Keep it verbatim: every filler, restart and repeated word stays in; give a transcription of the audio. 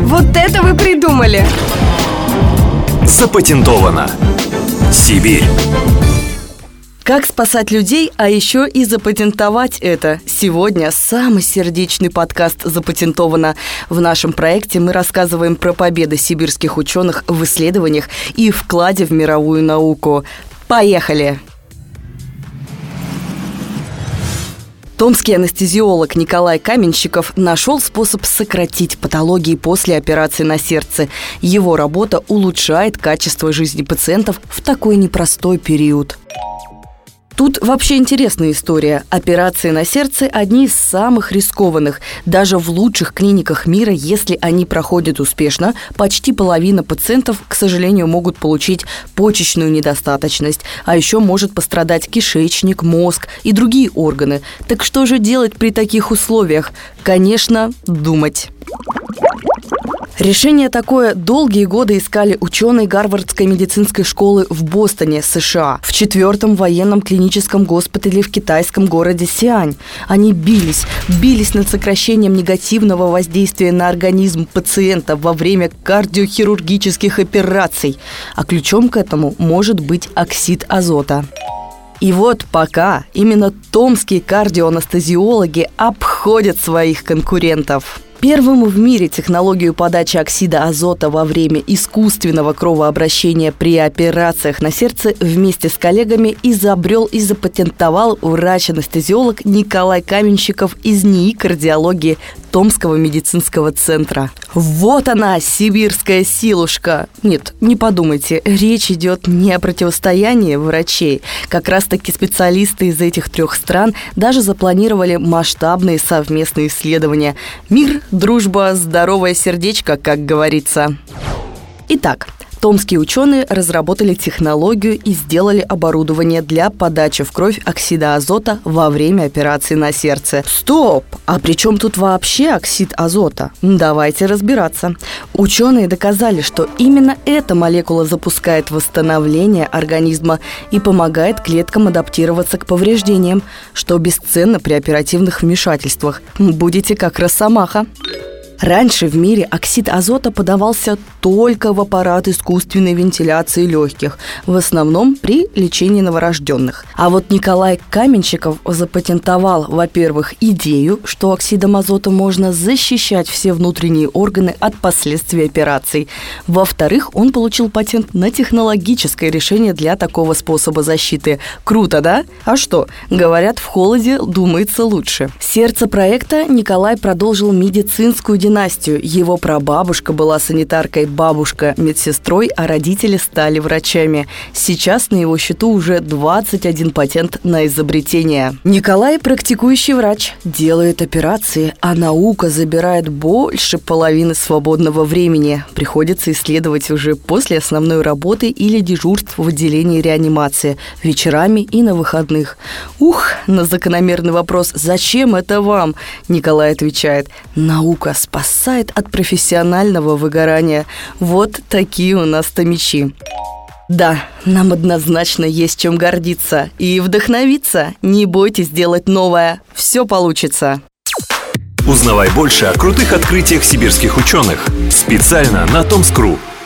Вот это вы придумали! Запатентовано. Сибирь. Как спасать людей, а еще и запатентовать это? Сегодня самый сердечный подкаст «Запатентовано». В нашем проекте мы рассказываем про победы сибирских ученых в исследованиях и вкладе в мировую науку. Поехали! Томский анестезиолог Николай Каменщиков нашел способ сократить патологии после операции на сердце. Его работа улучшает качество жизни пациентов в такой непростой период. Тут вообще интересная история. Операции на сердце – одни из самых рискованных. Даже в лучших клиниках мира, если они проходят успешно, почти половина пациентов, к сожалению, могут получить почечную недостаточность. А еще может пострадать кишечник, мозг и другие органы. Так что же делать при таких условиях? Конечно, думать. Решение такое долгие годы искали ученые Гарвардской медицинской школы в Бостоне, США, в четвертом военном клиническом госпитале в китайском городе Сиань. Они бились, бились над сокращением негативного воздействия на организм пациента во время кардиохирургических операций. А ключом к этому может быть оксид азота. И вот пока именно томские кардиоанестезиологи обходят своих конкурентов. Первым в мире технологию подачи оксида азота во время искусственного кровообращения при операциях на сердце вместе с коллегами изобрел и запатентовал врач-анестезиолог Николай Каменщиков из НИИ кардиологии Томского медицинского центра. Вот она, сибирская силушка! Нет, не подумайте, речь идет не о противостоянии врачей. Как раз-таки специалисты из этих трех стран даже запланировали масштабные совместные исследования. Мир, дружба, здоровое сердечко, как говорится. Итак, томские ученые разработали технологию и сделали оборудование для подачи в кровь оксида азота во время операции на сердце. Стоп! А при чем тут вообще оксид азота? Давайте разбираться. Ученые доказали, что именно эта молекула запускает восстановление организма и помогает клеткам адаптироваться к повреждениям, что бесценно при оперативных вмешательствах. Будете как росомаха. Раньше в мире оксид азота подавался только в аппарат искусственной вентиляции легких, в основном при лечении новорожденных. А вот Николай Каменщиков запатентовал, во-первых, идею, что оксидом азота можно защищать все внутренние органы от последствий операций. Во-вторых, он получил патент на технологическое решение для такого способа защиты. Круто, да? А что? Говорят, в холоде думается лучше. Сердце проекта Николай продолжил медицинскую динамику. Династию. Его прабабушка была санитаркой, бабушка медсестрой, а родители стали врачами. Сейчас на его счету уже двадцать один патент на изобретение. Николай – практикующий врач, делает операции, а наука забирает больше половины свободного времени. Приходится исследовать уже после основной работы или дежурств в отделении реанимации, вечерами и на выходных. Ух, на закономерный вопрос «Зачем это вам?» Николай отвечает: «Наука спасает спасает от профессионального выгорания. Вот такие у нас томичи». Да, нам однозначно есть чем гордиться и вдохновиться. Не бойтесь делать новое. Все получится. Узнавай больше о крутых открытиях сибирских ученых специально на Томск точка ру.